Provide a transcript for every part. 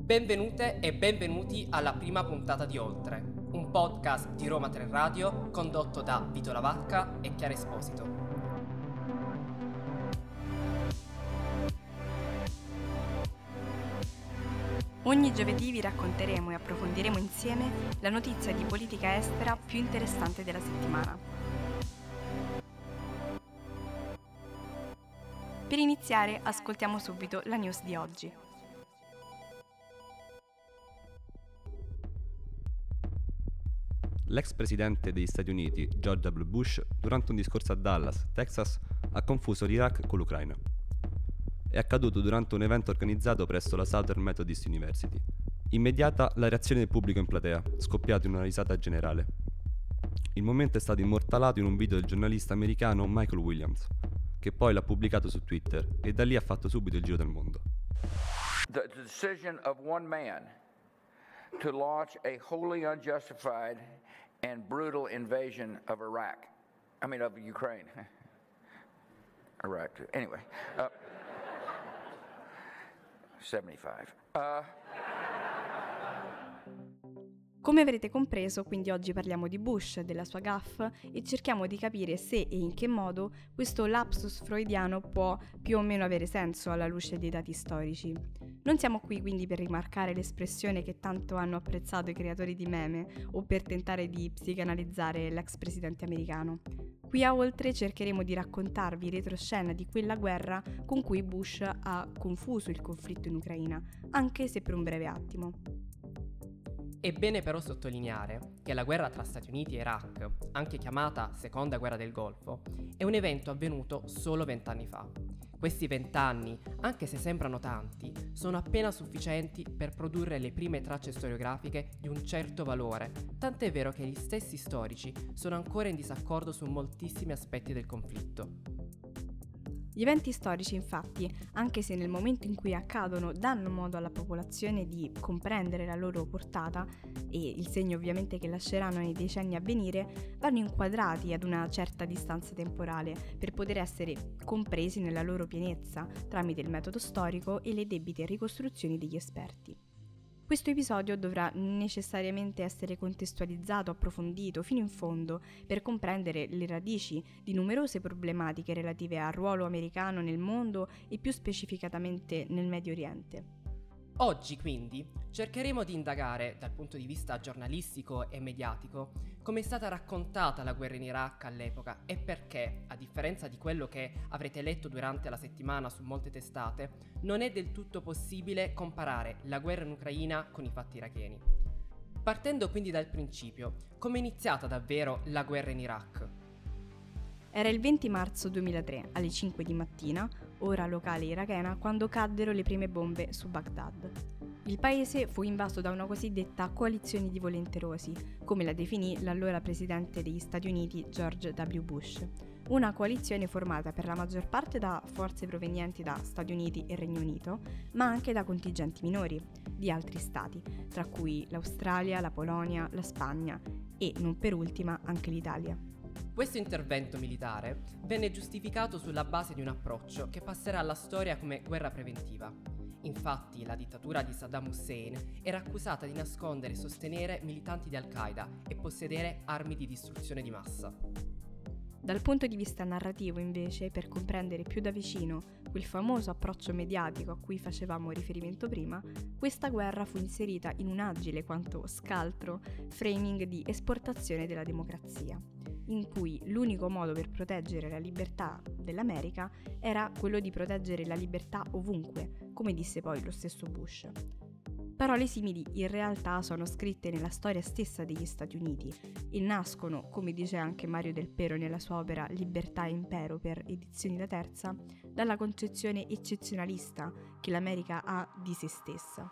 Benvenute e benvenuti alla prima puntata di Oltre, un podcast di Roma 3 Radio condotto da Vito Lavacca e Chiara Esposito. Ogni giovedì vi racconteremo e approfondiremo insieme la notizia di politica estera più interessante della settimana. Per iniziare, ascoltiamo subito la news di oggi. L'ex presidente degli Stati Uniti, George W. Bush, durante un discorso a Dallas, Texas, ha confuso l'Iraq con l'Ucraina. È accaduto durante un evento organizzato presso la Southern Methodist University. Immediata la reazione del pubblico in platea, scoppiata in una risata generale. Il momento è stato immortalato in un video del giornalista americano Michael Williams, che poi l'ha pubblicato su Twitter e da lì ha fatto subito il giro del mondo. The decision of one man to launch a wholly unjustified and brutal invasion of of Ukraine. Iraq, anyway. 75. Come avrete compreso, quindi oggi parliamo di Bush, della sua gaffe e cerchiamo di capire se e in che modo questo lapsus freudiano può più o meno avere senso alla luce dei dati storici. Non siamo qui quindi per rimarcare l'espressione che tanto hanno apprezzato i creatori di meme o per tentare di psicanalizzare l'ex presidente americano. Qui a Oltre cercheremo di raccontarvi retroscena di quella guerra con cui Bush ha confuso il conflitto in Ucraina, anche se per un breve attimo. È bene però sottolineare che la guerra tra Stati Uniti e Iraq, anche chiamata Seconda Guerra del Golfo, è un evento avvenuto solo 20 anni fa. Questi 20 anni, anche se sembrano tanti, sono appena sufficienti per produrre le prime tracce storiografiche di un certo valore, tant'è vero che gli stessi storici sono ancora in disaccordo su moltissimi aspetti del conflitto. Gli eventi storici, infatti, anche se nel momento in cui accadono danno modo alla popolazione di comprendere la loro portata e il segno ovviamente che lasceranno nei decenni a venire, vanno inquadrati ad una certa distanza temporale per poter essere compresi nella loro pienezza tramite il metodo storico e le debite ricostruzioni degli esperti. Questo episodio dovrà necessariamente essere contestualizzato, approfondito fino in fondo per comprendere le radici di numerose problematiche relative al ruolo americano nel mondo e più specificatamente nel Medio Oriente. Oggi quindi cercheremo di indagare dal punto di vista giornalistico e mediatico come è stata raccontata la guerra in Iraq all'epoca e perché, a differenza di quello che avrete letto durante la settimana su molte testate, non è del tutto possibile comparare la guerra in Ucraina con i fatti iracheni. Partendo quindi dal principio, come è iniziata davvero la guerra in Iraq? Era il 20 marzo 2003, alle 5 di mattina, ora locale irachena, quando caddero le prime bombe su Baghdad. Il paese fu invaso da una cosiddetta coalizione di volenterosi, come la definì l'allora presidente degli Stati Uniti George W. Bush. Una coalizione formata per la maggior parte da forze provenienti da Stati Uniti e Regno Unito, ma anche da contingenti minori di altri stati, tra cui l'Australia, la Polonia, la Spagna e, non per ultima, anche l'Italia. Questo intervento militare venne giustificato sulla base di un approccio che passerà alla storia come guerra preventiva. Infatti, la dittatura di Saddam Hussein era accusata di nascondere e sostenere militanti di Al-Qaeda e possedere armi di distruzione di massa. Dal punto di vista narrativo, invece, per comprendere più da vicino quel famoso approccio mediatico a cui facevamo riferimento prima, questa guerra fu inserita in un agile quanto scaltro framing di esportazione della democrazia, in cui l'unico modo per proteggere la libertà dell'America era quello di proteggere la libertà ovunque, come disse poi lo stesso Bush. Parole simili in realtà sono scritte nella storia stessa degli Stati Uniti e nascono, come dice anche Mario Del Pero nella sua opera Libertà e Impero per Edizioni La Terza, dalla concezione eccezionalista che l'America ha di se stessa.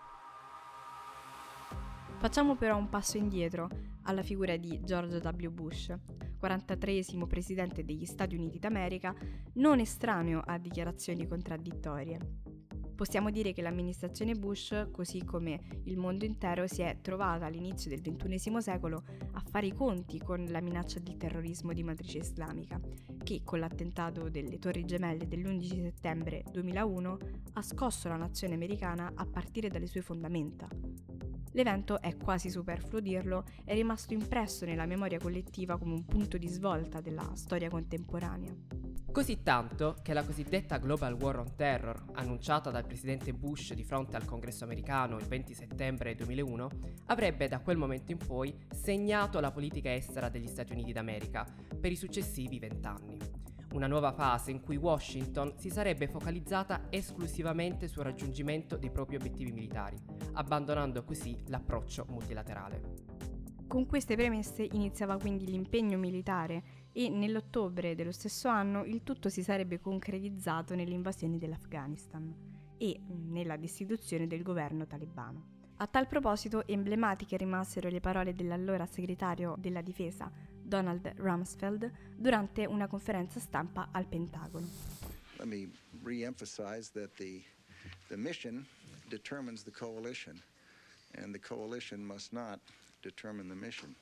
Facciamo però un passo indietro alla figura di George W. Bush, 43esimo presidente degli Stati Uniti d'America, non estraneo a dichiarazioni contraddittorie. Possiamo dire che l'amministrazione Bush, così come il mondo intero, si è trovata all'inizio del XXI secolo a fare i conti con la minaccia del terrorismo di matrice islamica, che con l'attentato delle Torri Gemelle dell'11 settembre 2001 ha scosso la nazione americana a partire dalle sue fondamenta. L'evento, è quasi superfluo dirlo, è rimasto impresso nella memoria collettiva come un punto di svolta della storia contemporanea. Così tanto che la cosiddetta Global War on Terror, annunciata dal presidente Bush di fronte al Congresso americano il 20 settembre 2001, avrebbe da quel momento in poi segnato la politica estera degli Stati Uniti d'America per i successivi 20 anni. Una nuova fase in cui Washington si sarebbe focalizzata esclusivamente sul raggiungimento dei propri obiettivi militari, abbandonando così l'approccio multilaterale. Con queste premesse iniziava quindi l'impegno militare e nell'ottobre dello stesso anno il tutto si sarebbe concretizzato nell'invasione dell'Afghanistan e nella destituzione del governo talebano. A tal proposito, emblematiche rimasero le parole dell'allora segretario della difesa Donald Rumsfeld durante una conferenza stampa al Pentagono. Let me re-emphasize that the mission determines the coalition, and the coalition must not determine the mission.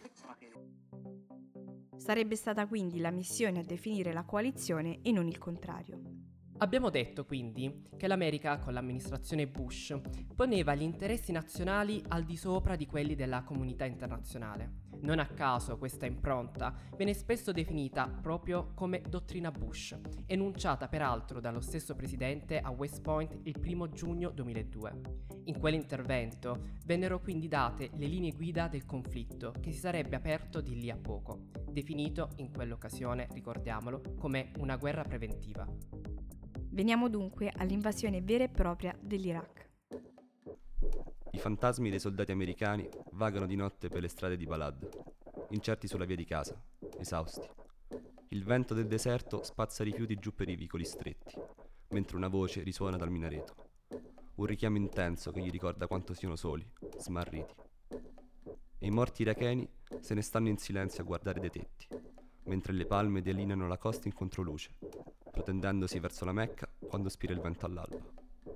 Sarebbe stata quindi la missione a definire la coalizione e non il contrario. Abbiamo detto quindi che l'America con l'amministrazione Bush poneva gli interessi nazionali al di sopra di quelli della comunità internazionale. Non a caso questa impronta viene spesso definita proprio come dottrina Bush, enunciata peraltro dallo stesso presidente a West Point il 1 giugno 2002. In quell'intervento vennero quindi date le linee guida del conflitto che si sarebbe aperto di lì a poco, definito in quell'occasione, ricordiamolo, come una guerra preventiva. Veniamo dunque all'invasione vera e propria dell'Iraq. I fantasmi dei soldati americani vagano di notte per le strade di Balad, incerti sulla via di casa, esausti. Il vento del deserto spazza rifiuti giù per i vicoli stretti, mentre una voce risuona dal minareto. Un richiamo intenso che gli ricorda quanto siano soli, smarriti. E i morti iracheni se ne stanno in silenzio a guardare dai tetti, mentre le palme delineano la costa in controluce, protendendosi verso la Mecca quando spira il vento all'alba.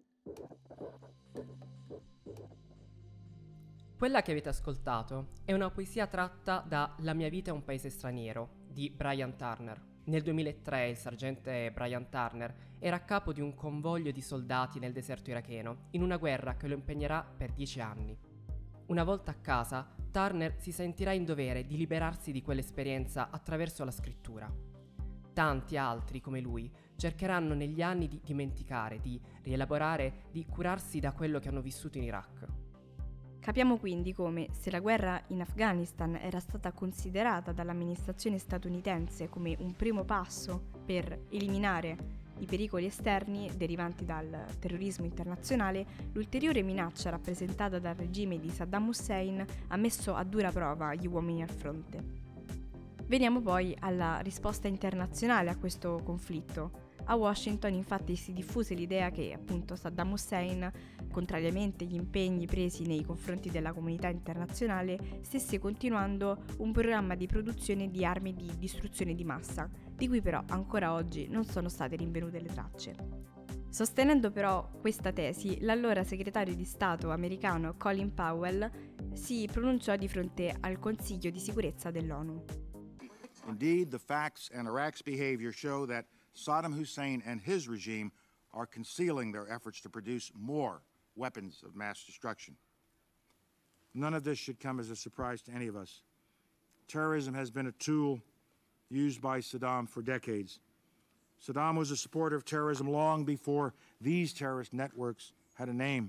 Quella che avete ascoltato è una poesia tratta da La mia vita è un paese straniero di Brian Turner. Nel 2003 il sergente Brian Turner era a capo di un convoglio di soldati nel deserto iracheno in una guerra che lo impegnerà per 10 anni. Una volta a casa, Turner si sentirà in dovere di liberarsi di quell'esperienza attraverso la scrittura. Tanti altri come lui cercheranno negli anni di dimenticare, di rielaborare, di curarsi da quello che hanno vissuto in Iraq. Capiamo quindi come, se la guerra in Afghanistan era stata considerata dall'amministrazione statunitense come un primo passo per eliminare i pericoli esterni derivanti dal terrorismo internazionale, l'ulteriore minaccia rappresentata dal regime di Saddam Hussein ha messo a dura prova gli uomini al fronte. Veniamo poi alla risposta internazionale a questo conflitto. A Washington infatti si diffuse l'idea che appunto Saddam Hussein, contrariamente agli impegni presi nei confronti della comunità internazionale, stesse continuando un programma di produzione di armi di distruzione di massa, di cui però ancora oggi non sono state rinvenute le tracce. Sostenendo però questa tesi, l'allora segretario di Stato americano Colin Powell si pronunciò di fronte al Consiglio di sicurezza dell'ONU. Indeed, the facts and Iraq's behavior show that Saddam Hussein and his regime are concealing their efforts to produce more weapons of mass destruction. None of this should come as a surprise to any of us. Terrorism has been a tool used by Saddam for decades. Saddam was a supporter of terrorism long before these terrorist networks had a name.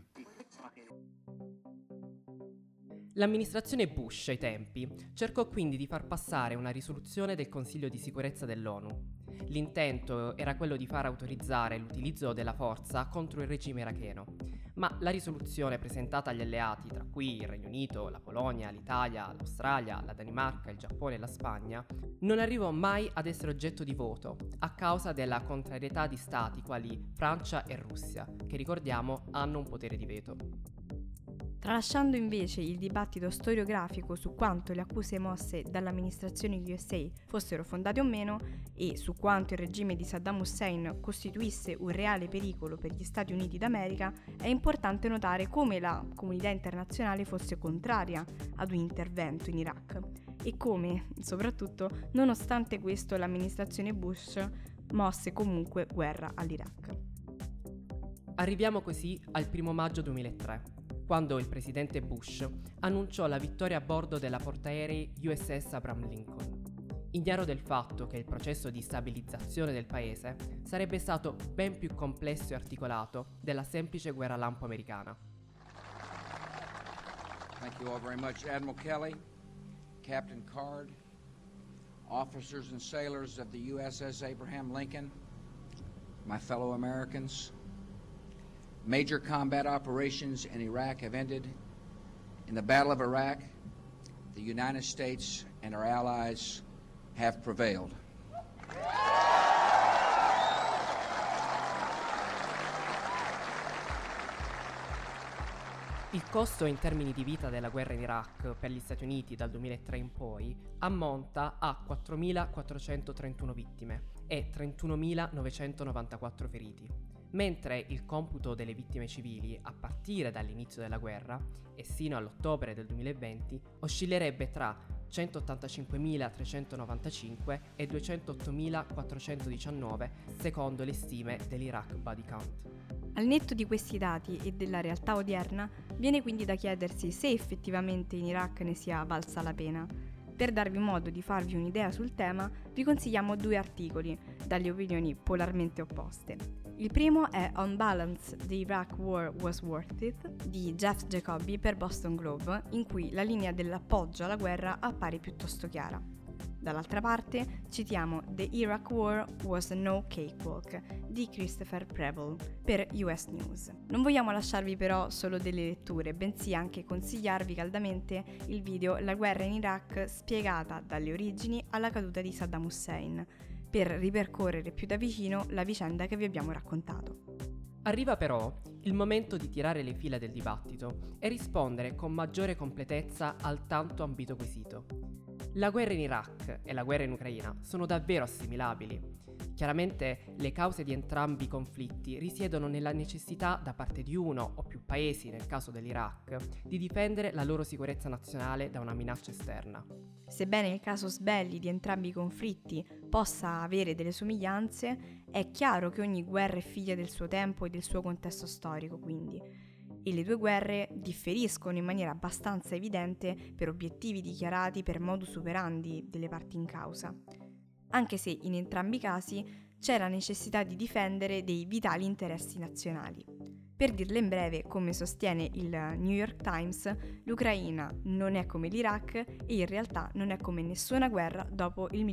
L'amministrazione Bush ai tempi cercò quindi di far passare una risoluzione del Consiglio di sicurezza dell'ONU. L'intento era quello di far autorizzare l'utilizzo della forza contro il regime iracheno, ma la risoluzione presentata agli alleati, tra cui il Regno Unito, la Polonia, l'Italia, l'Australia, la Danimarca, il Giappone e la Spagna, non arrivò mai ad essere oggetto di voto a causa della contrarietà di stati quali Francia e Russia, che ricordiamo hanno un potere di veto. Tralasciando invece il dibattito storiografico su quanto le accuse mosse dall'amministrazione USA fossero fondate o meno e su quanto il regime di Saddam Hussein costituisse un reale pericolo per gli Stati Uniti d'America, è importante notare come la comunità internazionale fosse contraria ad un intervento in Iraq e come, soprattutto, nonostante questo, l'amministrazione Bush mosse comunque guerra all'Iraq. Arriviamo così al 1 maggio 2003. Quando il presidente Bush annunciò la vittoria a bordo della portaerei USS Abraham Lincoln, ignaro del fatto che il processo di stabilizzazione del paese sarebbe stato ben più complesso e articolato della semplice guerra lampo americana. Thank you all very much, Admiral Kelly, Captain Card, officers and sailors of the USS Abraham Lincoln, my fellow Americans. Major combat operations in Iraq have ended. In the Battle of Iraq, the United States and our allies have prevailed. Il costo in termini di vita della guerra in Iraq per gli Stati Uniti dal 2003 in poi ammonta a 4.431 vittime e 31.994 feriti, mentre il computo delle vittime civili a partire dall'inizio della guerra e sino all'ottobre del 2020 oscillerebbe tra 185.395 e 208.419 secondo le stime dell'Iraq Body Count. Al netto di questi dati e della realtà odierna, viene quindi da chiedersi se effettivamente in Iraq ne sia valsa la pena. Per darvi modo di farvi un'idea sul tema, vi consigliamo 2 articoli, dalle opinioni polarmente opposte. Il primo è On Balance, The Iraq War Was Worth It, di Jeff Jacoby per Boston Globe, in cui la linea dell'appoggio alla guerra appare piuttosto chiara. Dall'altra parte citiamo The Iraq War Was No Cakewalk di Christopher Preble per US News. Non vogliamo lasciarvi però solo delle letture, bensì anche consigliarvi caldamente il video La guerra in Iraq spiegata dalle origini alla caduta di Saddam Hussein, per ripercorrere più da vicino la vicenda che vi abbiamo raccontato. Arriva però il momento di tirare le fila del dibattito e rispondere con maggiore completezza al tanto ambito quesito. La guerra in Iraq e la guerra in Ucraina sono davvero assimilabili. Chiaramente le cause di entrambi i conflitti risiedono nella necessità da parte di uno o più paesi, nel caso dell'Iraq, di difendere la loro sicurezza nazionale da una minaccia esterna. Sebbene il casus belli di entrambi i conflitti possa avere delle somiglianze, è chiaro che ogni guerra è figlia del suo tempo e del suo contesto storico, quindi. E le 2 guerre differiscono in maniera abbastanza evidente per obiettivi dichiarati, per modus operandi delle parti in causa, anche se in entrambi i casi c'è la necessità di difendere dei vitali interessi nazionali. Per dirla in breve, come sostiene il New York Times, l'Ucraina non è come l'Iraq e in realtà non è come nessuna guerra dopo il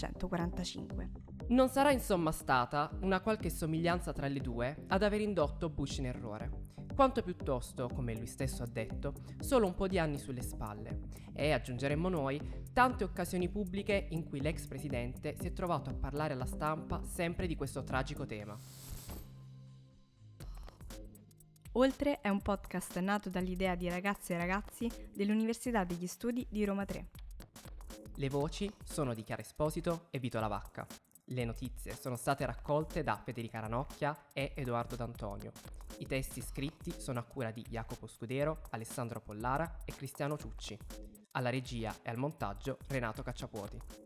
1945. Non sarà insomma stata una qualche somiglianza tra le due ad aver indotto Bush in errore, quanto piuttosto, come lui stesso ha detto, solo un po' di anni sulle spalle e, aggiungeremmo noi, tante occasioni pubbliche in cui l'ex presidente si è trovato a parlare alla stampa sempre di questo tragico tema. Oltre è un podcast nato dall'idea di ragazze e ragazzi dell'Università degli Studi di Roma 3. Le voci sono di Chiara Esposito e Vito Lavacca. Le notizie sono state raccolte da Federica Ranocchia e Edoardo D'Antonio. I testi scritti sono a cura di Jacopo Scudero, Alessandro Pollara e Cristiano Ciucci. Alla regia e al montaggio Renato Cacciapuoti.